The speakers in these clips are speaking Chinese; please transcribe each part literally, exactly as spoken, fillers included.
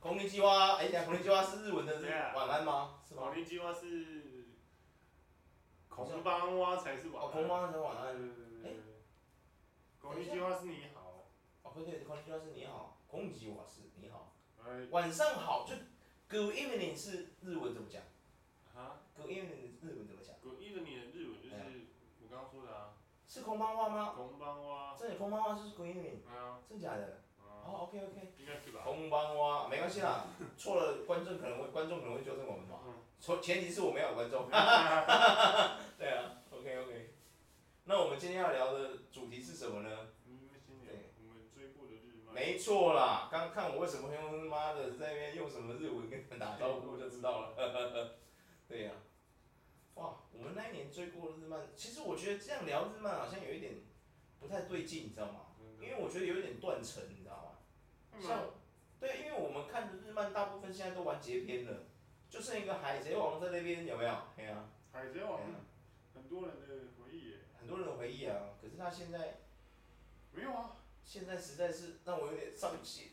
孔尼基哇，哎，讲孔尼基哇是日文的日晚安吗？是吗？ 孔尼基哇是孔邦哇才是晚安。 哦，孔邦哇才晚安。 对对对。孔尼基哇是你好。 哦，对对，孔尼基哇是你好，孔尼基哇是你好。晚上好，就 Good evening 是日文怎么讲？ 啊 ？Good evening 日文怎么讲 ？Good evening 的日文就是我刚刚说的啊。 是空邦哇吗？ 空邦哇。 真的空邦哇就是 Good evening。 啊。 真假的？哦 ，OK OK。 应该是吧。 空邦哇，没关系啦，错了，观众可能会观众可能会纠正我们嘛。错，前提是我们要有观众。对啊 ，OK OK。那我们今天要聊的主题是什么呢？ 对，我们追过的日漫。 没错啦，刚看我为什么会用妈的在那边用什么日文跟你们打招呼就知道了。对呀、啊，哇，我们那一年追过的日漫，其实我觉得这样聊日漫好像有一点不太对劲，你知道吗？因为我觉得有一点断层，你知道吗？像，对，因为我们看的日漫大部分现在都完结篇了，就剩一个海贼王在那边，有没有？对啊。 海贼王，很多人的回忆耶。 很多人的回忆啊，可是他现在。 没有啊。 现在实在是让我有点伤心。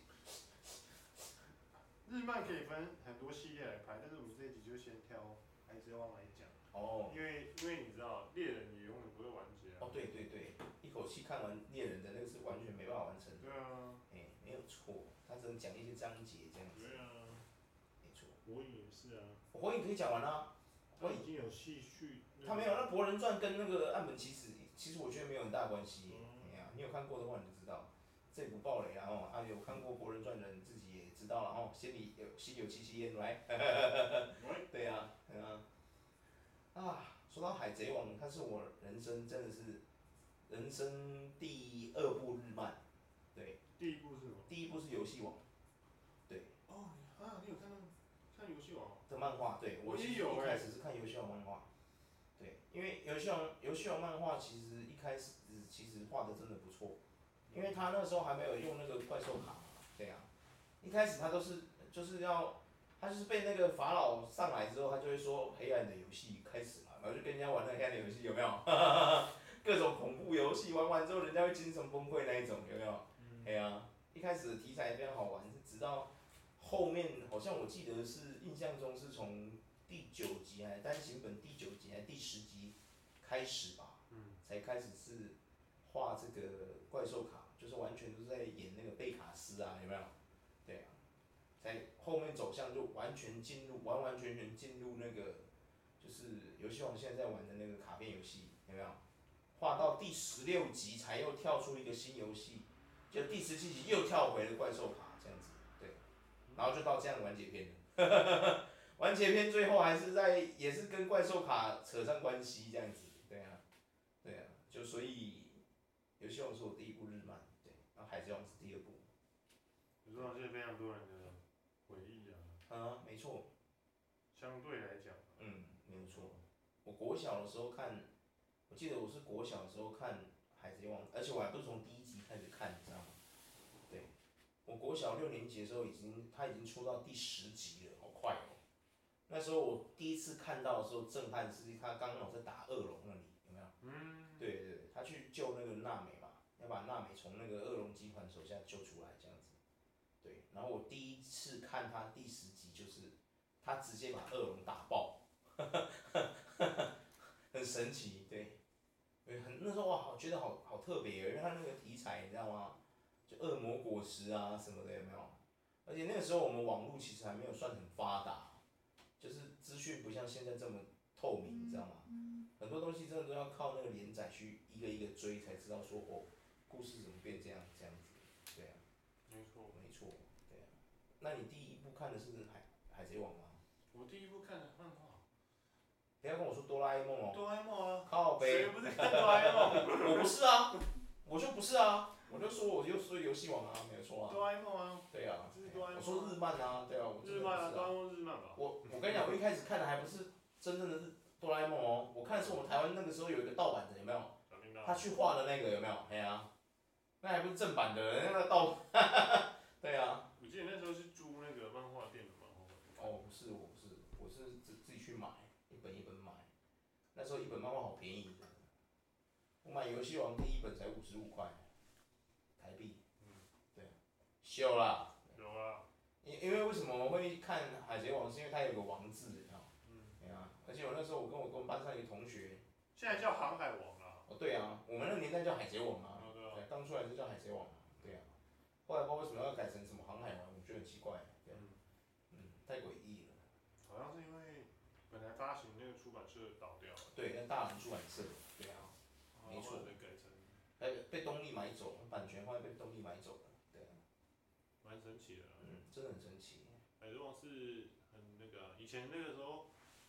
日漫可以分很多系列来拍，但是我们这一集就先挑海贼王来讲。 哦。 因为因为你知道，猎人也永远不会完结啊。 哦，对对对，一口气看完猎人的那个是完全没办法完成的。 对啊。 哎、欸，没有错，他只能讲一些章节这样子。 对啊。 没错。 火影也是啊。 火影可以讲完啦。 他已经有戏续。 他没有，那博人传跟那个岸本齐史，其实我觉得没有很大关系。哎呀、嗯，你有看过的话你就知道，这不爆雷啊哦，啊有看过博人传的人自己也知道了哦，心里有心有戚戚焉来。对呀、啊，对啊。啊，说到海贼王，它是我人生真的是人生第二部日漫，对。 第一部是什么？ 第一部是游戏王，对。 哦，啊，你有看到看游戏王？ 的漫画，对，我其实一开始是看游戏王漫画，对，因为游戏王游戏王漫画其实一开始其实画的真的不错，因为他那时候还没有用那个怪兽卡，对啊，一开始他都是就是要。他就是被那个法老上来之后，他就会说黑暗的游戏开始了，然后就跟人家玩那个黑暗的游戏，有没有？各种恐怖游戏玩完之后，人家会精神崩溃那一种，有没有？嗯。对啊，一开始的题材非常好玩，是直到后面好像我记得是印象中是从第九集还是单行本第九集还是第十集开始吧，嗯，才开始是画这个怪兽卡，就是完全都是在演那个贝卡斯啊，有没有？对啊。在后面走向就完全进入，完完全全进入那个，就是游戏王现在在玩的那个卡片游戏，有没有？画到第十六集才又跳出一个新游戏，就第十七集又跳回了怪兽卡这样子，对，然后就到这样完结篇了。完结篇最后还是在也是跟怪兽卡扯上关系这样子，对啊，对啊，就所以游戏王是我第一部日漫，对，然后海贼王是第二部。 游戏王是非常多人的回忆啊。 啊，没错。 相对来讲。 嗯，没有错。我国小的时候看，我记得我是国小的时候看《海贼王》，而且我还不是从第一集开始看，你知道吗？对，我国小六年级的时候已经，他已经出到第十集了，好快哦。那时候我第一次看到的时候，震撼是他刚好在打恶龙那里，有没有？嗯。对对对，他去救那个娜美嘛，要把娜美从那个恶龙集团手下救出来，这样子。对，然后我第一次看他第十集，就是他直接把恶龙打爆，很神奇，对，很那时候哇，觉得好好特别，因为他那个题材你知道吗？就恶魔果实啊什么的，有没有？而且那个时候我们网络其实还没有算很发达，就是资讯不像现在这么透明，你知道吗？很多东西真的都要靠那个连载去一个一个追，才知道说哦，故事怎么变这样这样子，对啊。 没错。 没错，对啊。那你第一部看的是海海贼王吗？ 我第一部看的漫画。 不要跟我说哆啦 A 梦哦。 哆啦 A 梦啊。 靠北。 谁不是看哆啦 A 梦？ 我不是啊，我就不是啊，我就说我就说游戏王啊，没有错啊。 哆啦 A 梦啊。 对啊。 这是哆啦 A 梦。 我说日漫啊，对啊，我日漫啊，哆啦 A 梦日漫吧。 我我跟你讲，我一开始看的还不是真正的是哆啦 A 梦哦，我看的是我们台湾那个时候有一个盗版的，有没有？他去画的那个有没有？哎呀、啊，那还不是正版的，那个盗。对啊。 我记得那时候是租那个漫画店的漫画。 哦，不是，我不是，我是自自己去买，一本一本买。那时候一本漫画好便宜的，我买游戏王第一本才五十五块，台币。嗯。对。秀啦。 有啊。 因因为为什么我会看海贼王，是因为它有个王字，你知道？ 嗯。 对啊，而且我那时候我跟我跟我班上一个同学， 现在叫航海王啦。 哦对啊，我们那个年代叫海贼王啊， 哦对啊。 对，刚出来就叫海贼王啊，对啊。后来不知道为什么要改成什么航海王，我觉得很奇怪，对， 嗯。 嗯，太诡异了。 好像是因为本来发行那个出版社倒掉了。 对，那大人出版社，对啊，没错。 再改成。 哎，被东立买走，版权后来被东立买走了，对啊。 蛮神奇的啦。 嗯，真的很神奇。 海贼王是很那个、啊，以前那个时候，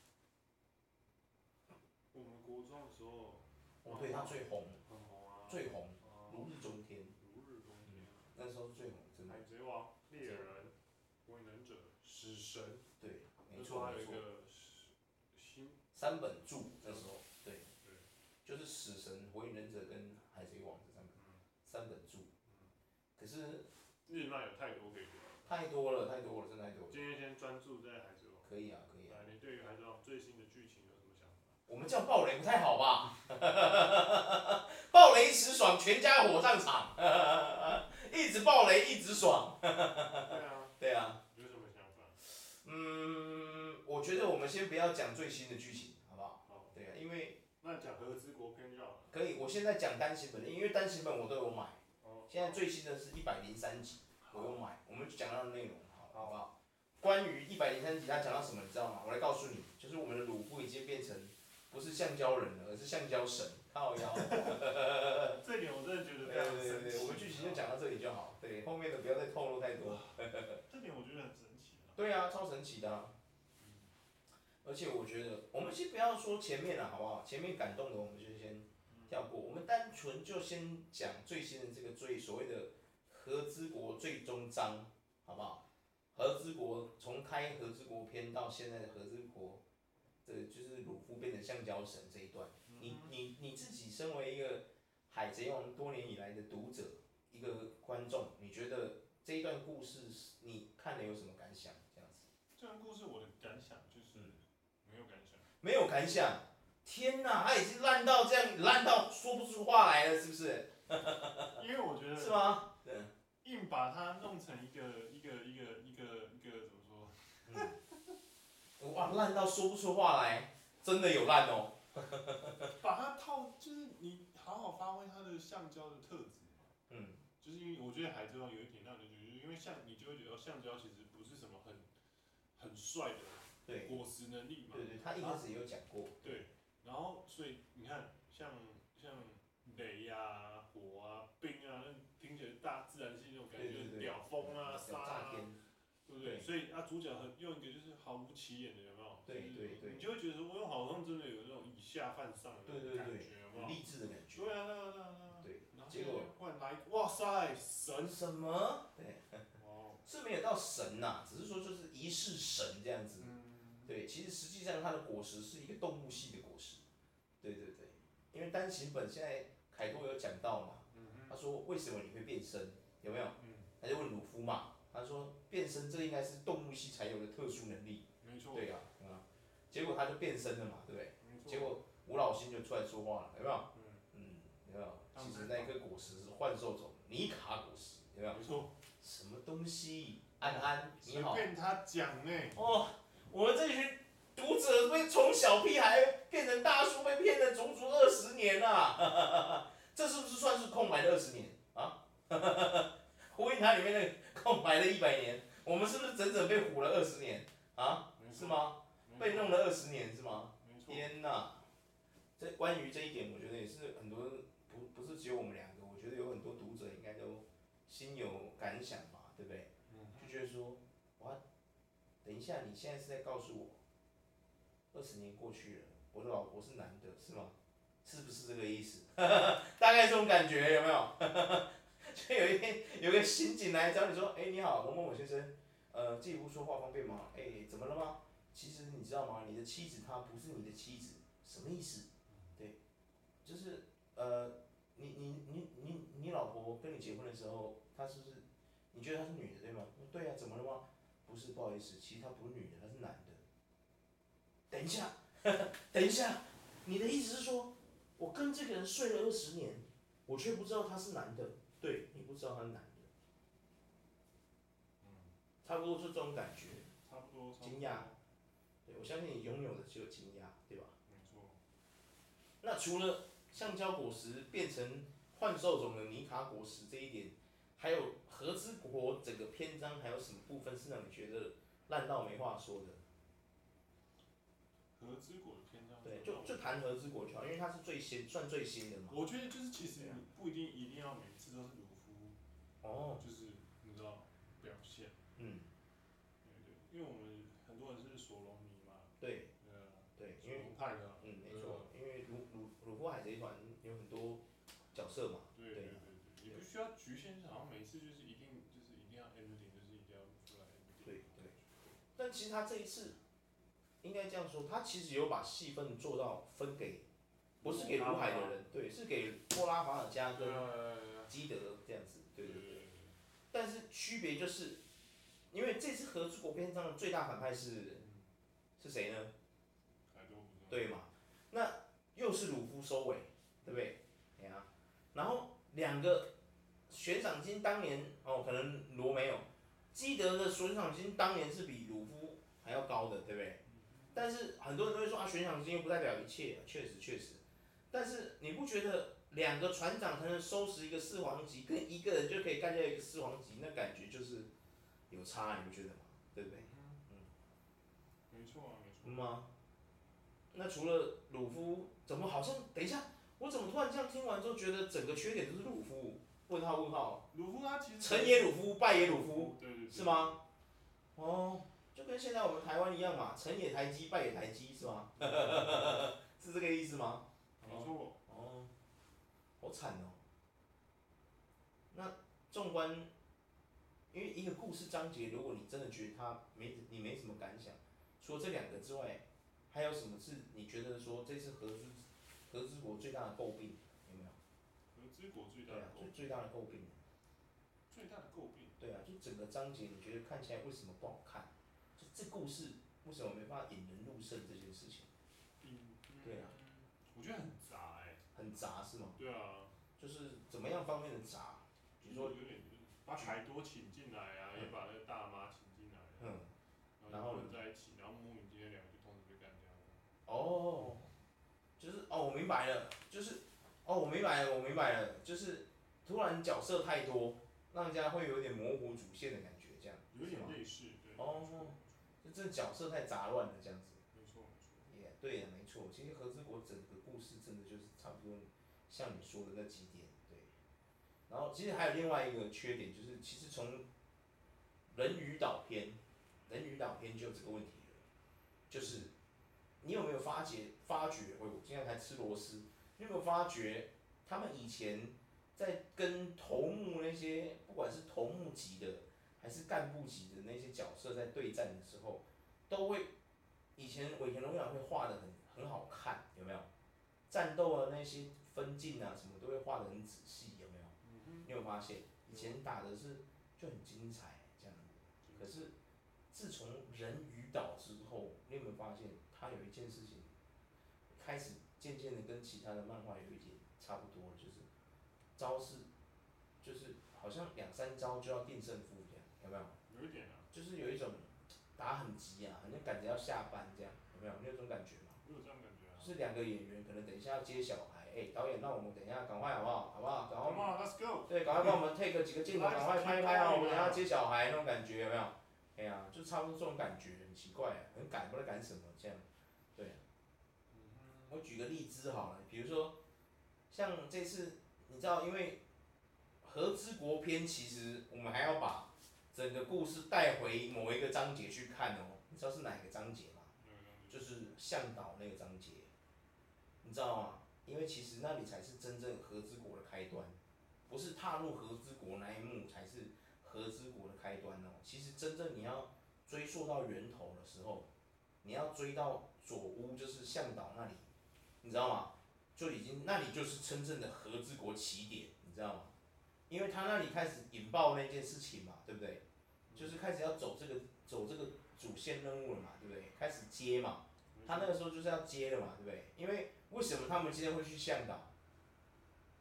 我们国中的时候， 哦，对，他最红， 很红啊， 最红， 啊、 如日中天， 如日中天、啊嗯，那时候是最红，真的。 海贼王、猎人、火影忍者、死神， 对，没错没错。 新三本著那时候，对， 对， 就是死神、火影忍者跟海贼王这三个， 嗯、 三本著。 嗯、 可是日漫有太多可以聊了。 太多了，太多了，真的太多了。 今天先专注在海贼王。 可以啊，可以啊。 你对于海贼王最新的剧情有什么想法？ 我们这样爆雷不太好吧？爆雷时爽，全家火上场，一直爆雷一直爽。 对啊。 对啊。 有什么想法？ 嗯，我觉得我们先不要讲最新的剧情，好不好？ 好。 对啊，因为。 那讲和之国篇就好了。 可以，我现在讲单行本的，因为单行本我都有买。 哦。 现在最新的是一百零三集，我有买。我们就讲到内容，好，好不好？关于一百零三集，他讲到什么，你知道吗？我来告诉你，就是我们的鲁夫已经变成不是橡胶人了，而是橡胶神，靠腰。 这点我真的觉得非常神奇。 对对对，我们剧情就讲到这里就好，对，后面的不要再透露太多。 这点我觉得很神奇。 对啊，超神奇的、啊。而且我觉得，我们先不要说前面了，好不好？前面感动的我们就先跳过，我们单纯就先讲最新的这个最所谓的和之国最终章，好不好？和之国从开和之国篇到现在的和之国，这就是鲁夫变成橡胶神这一段，你你你自己身为一个海贼王多年以来的读者，一个观众，你觉得这一段故事你看了有什么感想？这样子？ 这段故事我的感想就是。嗯没有感想， 没有感想，天哪，他已经烂到这样，烂到说不出话来了，是不是？ 因为我觉得是吗？对。 硬把它弄成一个一个一个一个一个怎么说？ 嗯。哇，烂到说不出话来，真的有烂哦。 把它套，就是你好好发挥它的橡胶的特质嘛。嗯。就是因为我觉得海贼王有一点让人觉得，因为橡，你就会觉得橡胶其实不是什么很很帅的。 对， 果实能力嘛。 对对，他一开始也有讲过。 对，然后所以你看，像像雷啊、火啊、冰啊，那听起来大自然系那种感觉，就是屌风啊、沙啊，对不对？所以啊，主角很用一个就是毫无起眼的，有没有？ 对对对。 你就会觉得说，我好像真的有那种以下犯上的感觉，有没有？ 励志的感觉。 对啊，对啊，对啊，对啊。 对。结果忽然来，哇塞，神什么？对。是没有到神呐、啊，只是说就是一世神这样子。对，其实实际上它的果实是一个动物系的果实。对对对，因为单行本现在凯多有讲到嘛，他说为什么你会变身，有没有？他就问鲁夫嘛，他说变身这应该是动物系才有的特殊能力。 没错。 对啊，啊，结果他就变身了嘛，对不对？结果吴老星就出来说话了，有没有？嗯，有没有？其实那颗果实是幻兽种尼卡果实，有没有？ 没错。 什么东西？安安，你好。 随便他讲呢。 哦。我们这群读者被从小屁孩变成大叔，被骗了足足二十年啊！这是不是算是空白的二十年啊？呼应它里面的空白的一百年，我们是不是整整被唬了二十年啊？是吗？被弄了二十年是吗？天哪！这关于这一点，我觉得也是很多不不是只有我们两个，我觉得有很多读者应该都心有感想吧，对不对？就觉得说，哇。等一下，你现在是在告诉我，二十年过去了，我的老婆是男的，是吗？是不是这个意思？大概这种感觉有没有？就有一天有个刑警来找你说，哎、欸，你好，某某某先生，呃，这一步说话方便吗？哎、欸，怎么了吗？其实你知道吗？你的妻子她不是你的妻子，什么意思？对，就是呃，你你你你你老婆跟你结婚的时候，她是不是？你觉得她是女的对吗？对啊，怎么了吗？不是，不好意思，其实她不是女的，她是男的。等一下，等一下，你的意思是说，我跟这个人睡了二十年，我却不知道他是男的？对，你不知道他是男的。 差不多就这种感觉。 差不多。 惊讶。对，我相信你拥有的只有惊讶，对吧？ 没错。 那除了橡胶果实变成幻兽种的尼卡果实这一点，还有和之国整个篇章还有什么部分是让你觉得烂到没话说的？ 和之国的篇章。 对，就就谈和之国就好，因为它是最新，算最新的嘛。 我觉得就是其实你不一定一定要每次都是鲁夫， 哦， 就是你知道表现。 嗯。 对对，因为我们很多人是索隆迷嘛。 对。 对啊。 对，因为索隆派的。 嗯，没错，因为鲁鲁鲁夫海贼团有很多角色嘛。 对对对对，也不需要局限，好像每次就是一定就是一定要 ending， 就是一定要出来 ending。 对对。但其实他这一次，应该这样说，他其实有把戏份做到分给，不是给鲁海的人，对，是给波拉法尔加跟基德这样子，对对对。但是区别就是，因为这次和之国篇章的最大反派是，是谁呢？对嘛？那又是鲁夫收尾，对不对？哎呀，然后两个悬赏金当年哦，可能罗没有，基德的悬赏金当年是比鲁夫还要高的，对不对？但是很多人都会说啊，悬赏金又不代表一切，确实确实。但是你不觉得两个船长才能收拾一个四皇级，跟一个人就可以干掉一个四皇级，那感觉就是有差，你不觉得吗？对不对？ 嗯。没错啊，没错。 嗯吗？那除了鲁夫，怎么好像等一下，我怎么突然这样听完之后觉得整个缺点都是鲁夫？问号问号。 鲁夫他其实。 成也鲁夫，败也鲁夫。 对对对。 是吗？哦，就跟现在我们台湾一样嘛，成也台积，败也台积，是吗？是这个意思吗？ 没错。 哦，好惨哦。那纵观，因为一个故事章节，如果你真的觉得它没你没什么感想，除了这两个之外，还有什么是你觉得说这次和之和之国最大的诟病有没有？ 和之国最大的诟病。 对啊，最最大的诟病。 最大的诟病。 对啊，就整个章节你觉得看起来为什么不好看？就这故事为什么没办法引人入胜这件事情？ 嗯。 对啊。 我觉得很杂哎、欸。 很杂是吗？ 对啊。 就是怎么样方面的杂？比如说有点把海多请进来啊，嗯、也把那个大妈请进来、啊。嗯。然后混在一起，然后莫名今天两个就同时被干掉了。 哦，就是哦，我明白了，就是哦，我明白了，我明白了，就是突然角色太多，让人家会有点模糊主线的感觉，这样。 有点类似，对。 哦，就这角色太杂乱了，这样子。 没错没错。 也对呀，没错。其实和之国整个故事真的就是差不多，像你说的那几点，对。然后其实还有另外一个缺点，就是其实从人鱼岛篇，人鱼岛篇就有这个问题了，就是你有没有发觉发觉？我今天才吃螺丝，你有没有发觉他们以前在跟头目那些，不管是头目级的还是干部级的那些角色在对战的时候，都会以前尾田荣也会画的很很好看，有没有？战斗的那些分镜啊什么都会画的很仔细，有没有？你有发现？以前打的是就很精彩这样子，可是自从人鱼岛之后，你有没有发现他有一件事情开始渐渐的跟其他的漫画有一点差不多了，就是招式就是好像两三招就要定胜负这样，有没有？ 有一点啊。 就是有一种打很急啊，好像赶着要下班这样，有没有？你有这种感觉吗？ 有这样感觉啊。 就是两个演员可能等一下要接小孩，哎、欸，导演让我们等一下赶快好不好？好不好？赶快。 Come on, let's go。 对，赶快帮我们 take 几个镜头，赶快拍一拍啊！我们等一下要接小孩那种感觉有没有？哎呀、啊，就差不多这种感觉，很奇怪，很赶，不知道赶什么这样，对、啊。我举个例子好了，比如说，像这次你知道，因为和之国篇，其实我们还要把整个故事带回某一个章节去看哦。你知道是哪个章节吗？就是向导那个章节，你知道吗？因为其实那里才是真正和之国的开端，不是踏入和之国那一幕才是和之国的开端哦。其实真正你要追溯到源头的时候，你要追到佐屋，就是向导那里，你知道吗？就已经那里就是真正的和之国起点，你知道吗？因为他那里开始引爆那件事情嘛，对不对？就是开始要走这个走这个主线任务了嘛，对不对？开始接嘛，他那个时候就是要接了嘛，对不对？因为为什么他们今天会去向导？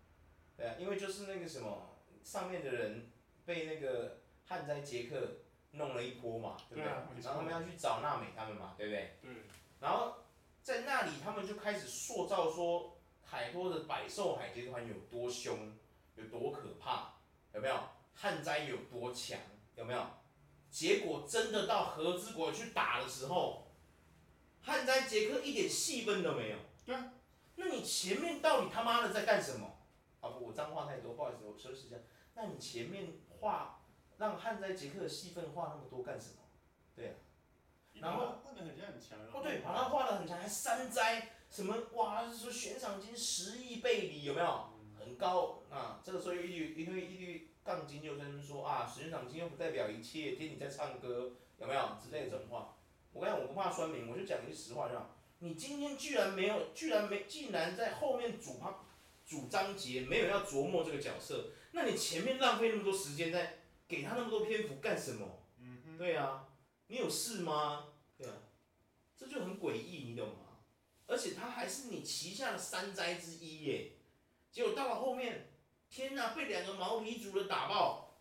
对啊，因为就是那个什么上面的人被那个旱灾杰克弄了一波嘛，对不对？ 对啊、 然后他们要去找娜美他们嘛，对不对？ 对。 然后在那里，他们就开始塑造说海多的百兽海贼团有多凶，有多可怕，有没有？旱灾有多强，有没有？结果真的到和之国去打的时候，旱灾杰克一点戏份都没有。 对啊。 那你前面到底他妈的在干什么？啊不，我脏话太多，不好意思，我收拾一下。那你前面画让旱灾杰克的戏份画那么多干什么？对啊。然后画的很像很强。 哦对，把他画的很强，还山灾什么哇，说悬赏金十亿贝里有没有？很高啊。这个时候一律因为一律杠精就跟说啊，悬赏金又不代表一切，听你在唱歌有没有之类的这种话。我跟你讲，我不怕酸民，我就讲一句实话就好。你今天居然没有，居然没，竟然在后面主他主章节没有要琢磨这个角色，那你前面浪费那么多时间在给他那么多篇幅干什么？嗯、对啊，你有事吗？对啊，这就很诡异，你懂吗？而且他还是你旗下的山灾之一耶，结果到了后面，天哪，被两个毛皮族的打爆。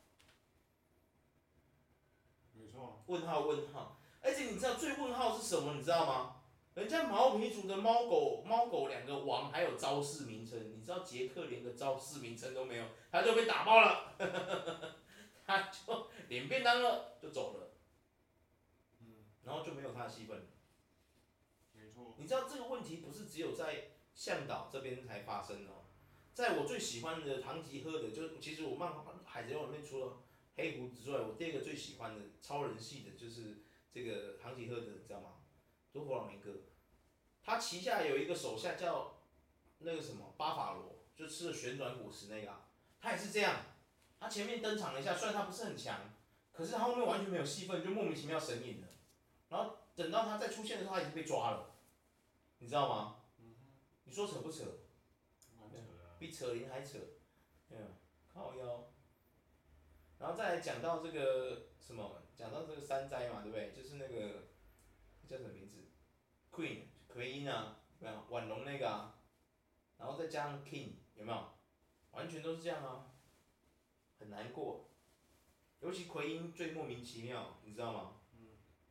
没错。 问号问号，而且你知道最问号是什么？你知道吗？人家毛皮族的猫狗猫狗两个王还有招式名称，你知道杰克连个招式名称都没有，他就被打爆了，他就领便当了就走了，然后就没有他的戏份了。 没错。 你知道这个问题不是只有在向导这边才发生哦，在我最喜欢的唐吉诃德，就其实我漫画海贼王里面除了黑胡子之外，我第二个最喜欢的超人系的就是这个唐吉诃德，你知道吗？多弗朗明哥，他旗下有一个手下叫那个什么巴法罗，就吃了旋转果实那个、啊，他也是这样。他前面登场了一下，虽然他不是很强，可是他后面完全没有戏份，就莫名其妙神隐了。然后等到他再出现的时候，他已经被抓了，你知道吗？嗯、你说扯不扯？ 蛮扯的、啊。 比扯铃还扯，对啊，靠腰。然后再来讲到这个什么，讲到这个山灾嘛，对不对？就是那个叫什么名字 ？Queen 奎因啊，有没有？婉容那个啊，然后再加上 King 有没有？完全都是这样啊，很难过。尤其奎因最莫名其妙，你知道吗？嗯。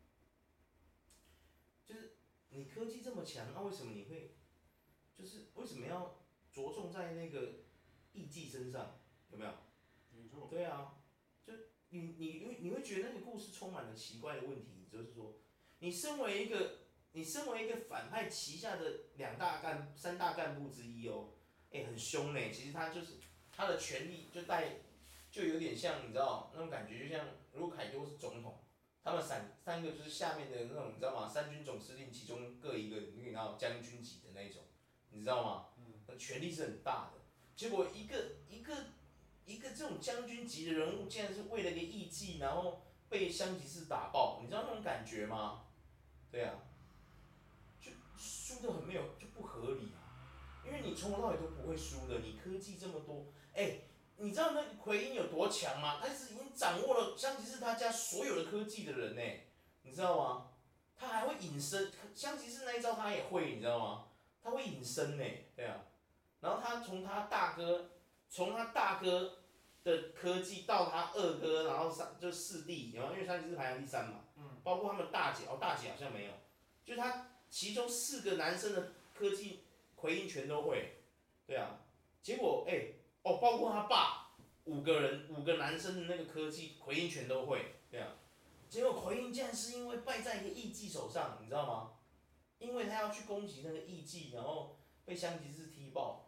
就是你科技这么强，那、啊、为什么你会，就是为什么要着重在那个艺伎身上？有没有？ 没错。 对啊，就你你你会觉得那个故事充满了奇怪的问题，就是说，你身为一个你身为一个反派旗下的两大干三大干部之一哦，哎、欸，很凶呢。其实他就是他的权力就带，就有点像你知道那种感觉，就像如果凯多是总统，他们三三个就是下面的那种你知道吗？三军总司令其中各一个，你知道将军级的那种，你知道吗？嗯，权力是很大的。结果一个一个一个这种将军级的人物，竟然是为了个艺伎，然后被香吉士打爆，你知道那种感觉吗？对啊，就输得很没有，就不合理啊。因为你从头到尾都不会输的，你科技这么多，哎、欸，你知道那个奎因有多强吗？他是已经掌握了香吉士他家所有的科技的人呢、欸，你知道吗？他还会隐身，香吉士那一招他也会，你知道吗？他会隐身呢、欸，对啊。然后他从他大哥，从他大哥的科技到他二哥，然后三就四弟，然后因为香吉士排行第三嘛，嗯，包括他们大姐，哦大姐好像没有，就他其中四个男生的科技，奎因全都会，对啊，结果哎、欸，哦包括他爸，五个人五个男生的那个科技，奎因全都会，对啊，结果奎因竟然是因为败在一个艺伎手上，你知道吗？因为他要去攻击那个艺伎，然后被香吉士踢爆。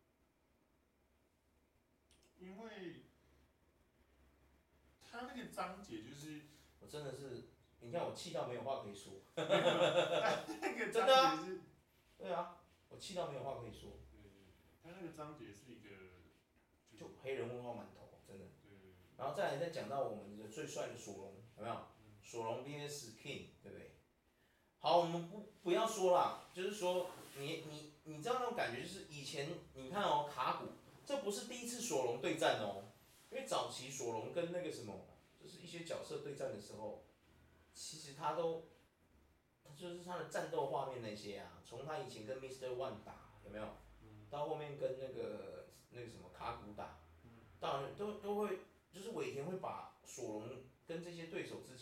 因为他那个章节就是， 我真的是，你看我气到没有话可以说。 那个章节是， 对啊，我气到没有话可以说。 对，他那个章节是一个， 就黑人问号满头，真的。然后再来再讲到我们的最帅的索隆，有没有？索隆 V S King， 对不对？好，我们不不要说啦，就是说你你你知道那种感觉，就是以前你看哦，卡古，这不是第一次索隆对战哦，因为早期索隆跟那个什么，就是一些角色对战的时候，其实他都，他就是他的战斗画面那些啊，从他以前跟 Mister One 打，有没有？到后面跟那个那个什么卡古打，当然都都会，就是尾田会把索隆跟这些对手之间。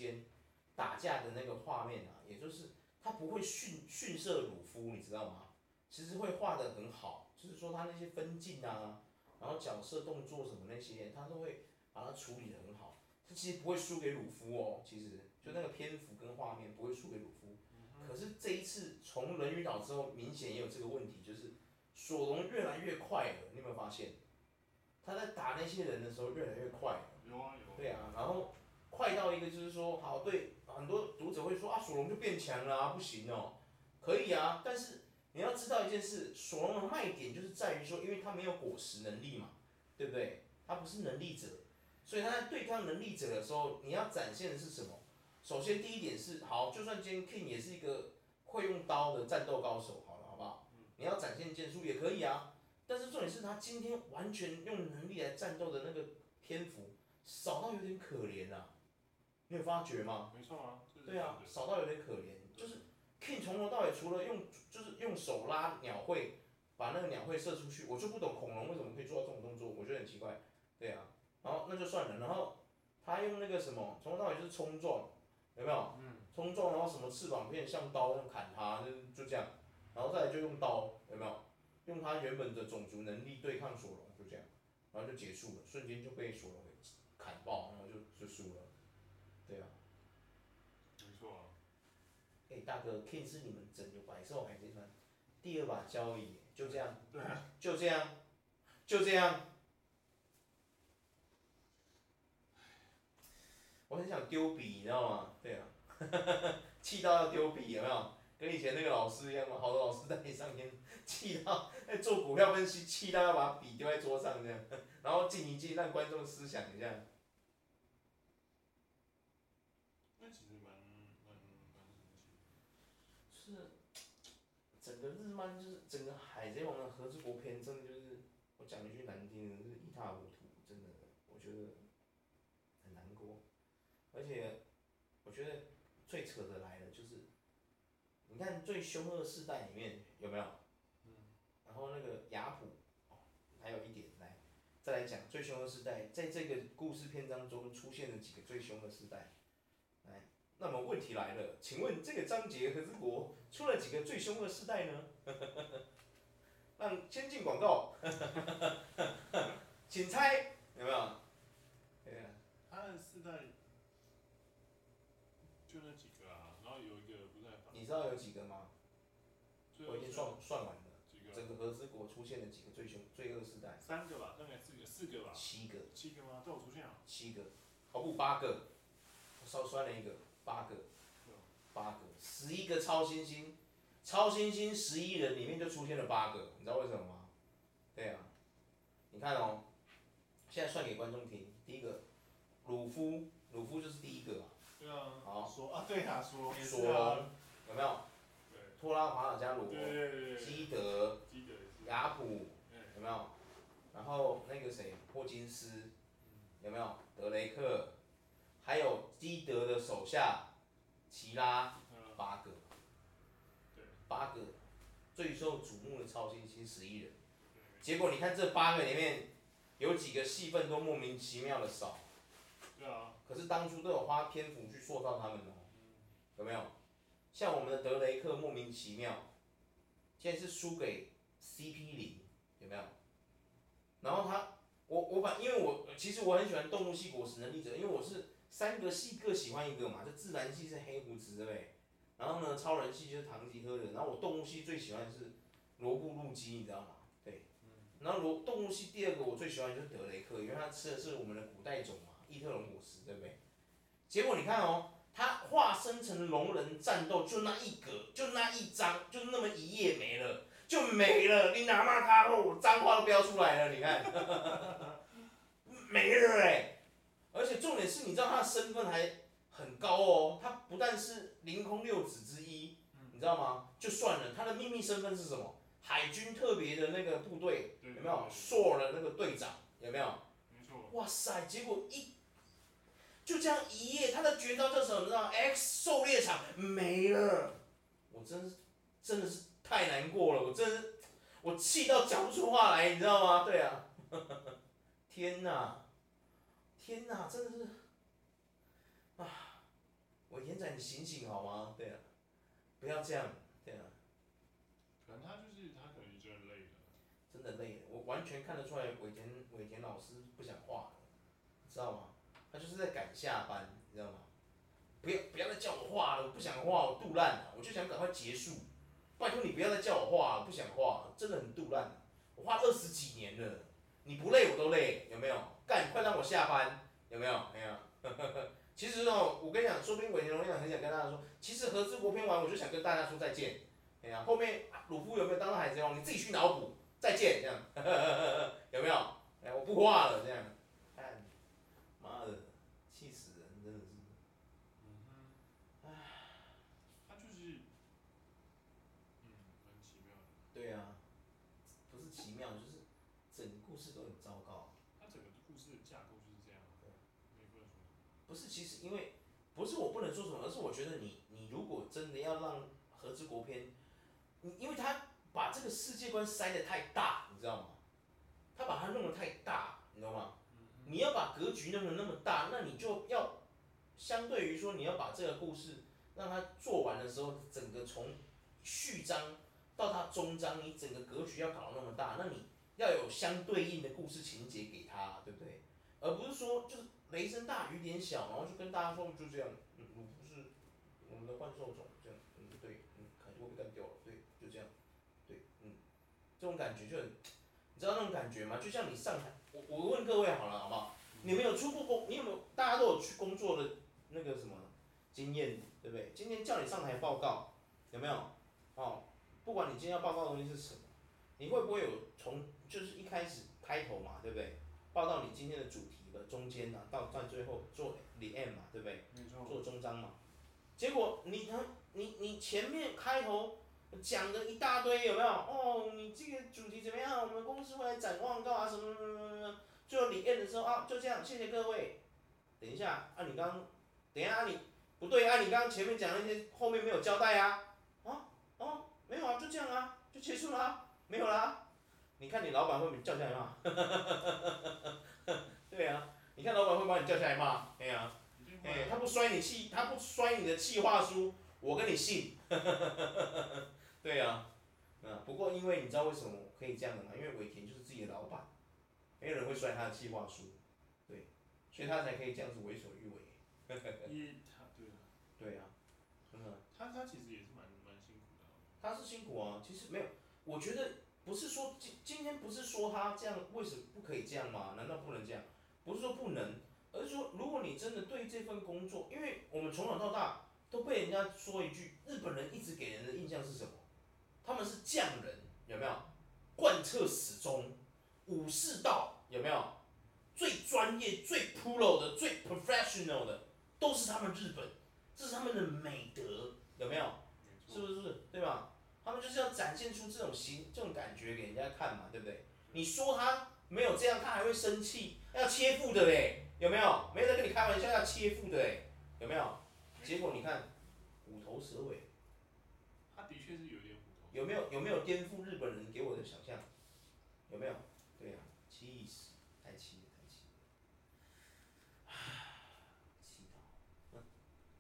间打架的那个画面啊，也就是他不会逊逊色鲁夫，你知道吗？其实会画得很好，就是说他那些分镜啊，然后角色动作什么那些，他都会把它处理得很好。他其实不会输给鲁夫哦，其实就那个篇幅跟画面不会输给鲁夫。可是这一次从人鱼岛之后，明显也有这个问题，就是索隆越来越快了，你有没有发现？他在打那些人的时候越来越快了。 有啊有。 对啊，然后快到一个就是说，好，对，很多读者会说啊，索隆就变强了啊，不行哦，可以啊，但是你要知道一件事，索隆的卖点就是在于说，因为他没有果实能力嘛，对不对？他不是能力者，所以他在对抗能力者的时候，你要展现的是什么？首先第一点是，好，就算今天 King 也是一个会用刀的战斗高手，好了，好不好？你要展现剑术也可以啊，但是重点是他今天完全用能力来战斗的那个篇幅少到有点可怜啊，你有发觉吗？ 没错啊。 对啊，少到有点可怜，就是 King 从头到尾除了用就是用手拉鸟喙，把那个鸟喙射出去，我就不懂恐龙为什么可以做到这种动作，我觉得很奇怪。对啊，然后那就算了，然后他用那个什么，从头到尾就是冲撞，有没有？嗯。冲撞，然后什么翅膀变像刀砍他，就就这样，然后再来就用刀，有没有？用他原本的种族能力对抗索隆，就这样，然后就结束了，瞬间就被索隆给砍爆，然后就就输了。对啊。 没错啊。 哎、欸，大哥 ，King 是你们整个百兽海贼团第二把交椅，就这样， 对啊， 就这样，就这样。我很想丢笔，你知道吗？对啊，气到要丢笔，有没有？跟以前那个老师一样嘛，好多老师在你上天，气到在做股票分析，气到要把笔丢在桌上这样，然后静一静，让观众思想一下。 那其实蛮蛮蛮神奇。 是整个日漫就是整个海贼王的和之国篇，真的就是我讲一句难听的，就是一塌糊涂，真的，我觉得很难过。而且我觉得最扯的来了，就是你看最凶恶世代里面有没有？嗯。然后那个雅普，哦，还有一点来，再来讲最凶恶世代，在这个故事篇章中出现了几个最凶的世代，来。那么问题来了，请问这个章节和之国出了几个最凶的世代呢？让先进广告，请猜有没有？对啊。 他的世代就那几个啊，然后有一个不太好。 你知道有几个吗？我已经算算完了。 几个？ 整个和之国出现了几个最凶最恶世代？ 三个吧，大概四个，四个吧。 七个。 七个吗？都有出现啊。 七个，哦不，八个，我少算了一个，八个。八个，十一个超新星，超新星十一人里面就出现了八个，你知道为什么吗？对啊，你看哦，现在算给观众听。第一个，鲁夫，鲁夫就是第一个嘛。 对啊。 好。 说啊，对啊，说。 索隆，有没有？ 对。 托拉马尔加罗。 对对对对。 基德。 基德。 雅普，有没有？然后那个谁，霍金斯，有没有？德雷克，还有基德的手下。奇拉，八个，八个最受瞩目的超新星十一人，结果你看这八个里面，有几个戏份都莫名其妙的少。 对啊。 可是当初都有花篇幅去塑造他们哦，有没有？像我们的德雷克莫名其妙，现在是输给 C P 零，有没有？然后他，我我把，因为我其实我很喜欢动物系果实能力者，因为我是。三个系各喜欢一个嘛，就自然系是黑胡子对不对？然后呢，超人系就是唐吉诃德，然后我动物系最喜欢的是罗布路基，你知道吗？对。然后罗动物系第二个我最喜欢的就是德雷克，因为他吃的是我们的古代种嘛，异特龙果实，对不对？结果你看哦，他化身成龙人战斗就那一格，就那一张，就那么一页没了，就没了。你哪骂他后，脏话都飙出来了，你看，没了哎、欸。而且重点是，你知道他的身份还很高哦，他不但是凌空六子之一，你知道吗？就算了，他的秘密身份是什么？海军特别的那个部队，有没有？硕的那个队长，有没有？ 没错。 哇塞，结果一就这样一夜，他的绝招叫什么？你知道 ？X 狩猎场没了，我真是真的是太难过了，我真是我气到讲不出话来，你知道吗？对啊，天哪！天哪，真的是，啊！ 干你醒醒好吗？对啊，不要这样，对啊。 可能他就是他可能真的累了。 真的累了，我完全看得出来尾田尾田老师不想画了，知道吗？他就是在赶下班，你知道吗？不要不要再叫我画了，我不想画，我肚烂了，我就想赶快结束。拜托你不要再叫我画了，我不想画了，真的很肚烂。我画二十几年了，你不累我都累，有没有？干，快让我下班，有没有？没有。其实哦，我跟你讲，说不定尾田荣一郎很想跟大家说，其实和之国篇完我就想跟大家说再见。哎呀，后面鲁夫有没有当上海贼王，你自己去脑补。再见，这样，有没有？哎，我不画了，这样，看，妈的，气死人，真的是。 嗯哼。唉，他就是，嗯，蛮奇妙的。 对啊，不是奇妙，就是整个故事都很糟糕。 他整个故事的架构就是这样。对。你也不能说什么。 不是，其实因为不是我不能说什么，而是我觉得你你如果真的要让和之国篇，你因为他把这个世界观塞得太大，你知道吗？他把它弄得太大，你懂吗？你要把格局弄得那么大，那你就要相对于说你要把这个故事让它做完的时候，整个从序章到它终章，你整个格局要搞得那么大，那你要有相对应的故事情节给他，对不对？而不是说就是雷声大雨点小，然后就跟大家说就这样，嗯，鲁夫是我们的幻兽种，这样，嗯，对，嗯，凯多被干掉了，对，就这样，对，嗯，这种感觉就很。你知道那种感觉吗？就像你上台，我我问各位好了，好不好？你们有出过工，你有没有？大家都有去工作的那个什么经验，对不对？今天叫你上台报告，有没有？哦，不管你今天要报告的东西是什么，你会不会有从就是一开始开头嘛，对不对？报到你今天的主题的中间啊，到到最后做 the end 嘛，对不对？做终章嘛。结果你呢？你你前面开头。讲的一大堆有没有？哦，你这个主题怎么样？我们公司会来展望干嘛？什么什么什么？最后你 end 的时候啊，就这样，谢谢各位。等一下，啊你刚，等一下啊你不对啊，你刚刚前面讲那些后面没有交代啊？啊哦，没有啊，就这样啊，就结束了啊，没有啦。你看你老板会不会叫下来骂？对啊，你看老板会把你叫下来骂？哎呀，哎，他不摔你气，他不摔你的气话书，我跟你信。对啊，嗯，不过因为你知道为什么可以这样的吗？因为尾田就是自己的老板，没有人会摔他的计划书，对，所以他才可以这样子为所欲为。 也他对啊。 对啊，真的。 他他其实也是蛮蛮辛苦的。 他是辛苦啊，其实没有，我觉得不是说今今天不是说他这样为什么不可以这样吗？难道不能这样？不是说不能，而是说如果你真的对这份工作，因为我们从小到大都被人家说一句，日本人一直给人的印象是什么？他们是匠人，有没有？贯彻始终，武士道有没有？最专业、最 pro 的、最 professional 的，都是他们日本，这是他们的美德，有没有？是不是？对吧？他们就是要展现出这种形、这种感觉给人家看嘛，对不对？你说他没有这样，他还会生气，要切腹的嘞，有没有？没人跟你开玩笑，要切腹的嘞，有没有？结果你看，虎头蛇尾。 他的确是有点虎头。 有没有有没有颠覆日本人给我的想象？有没有？对呀、啊，气死！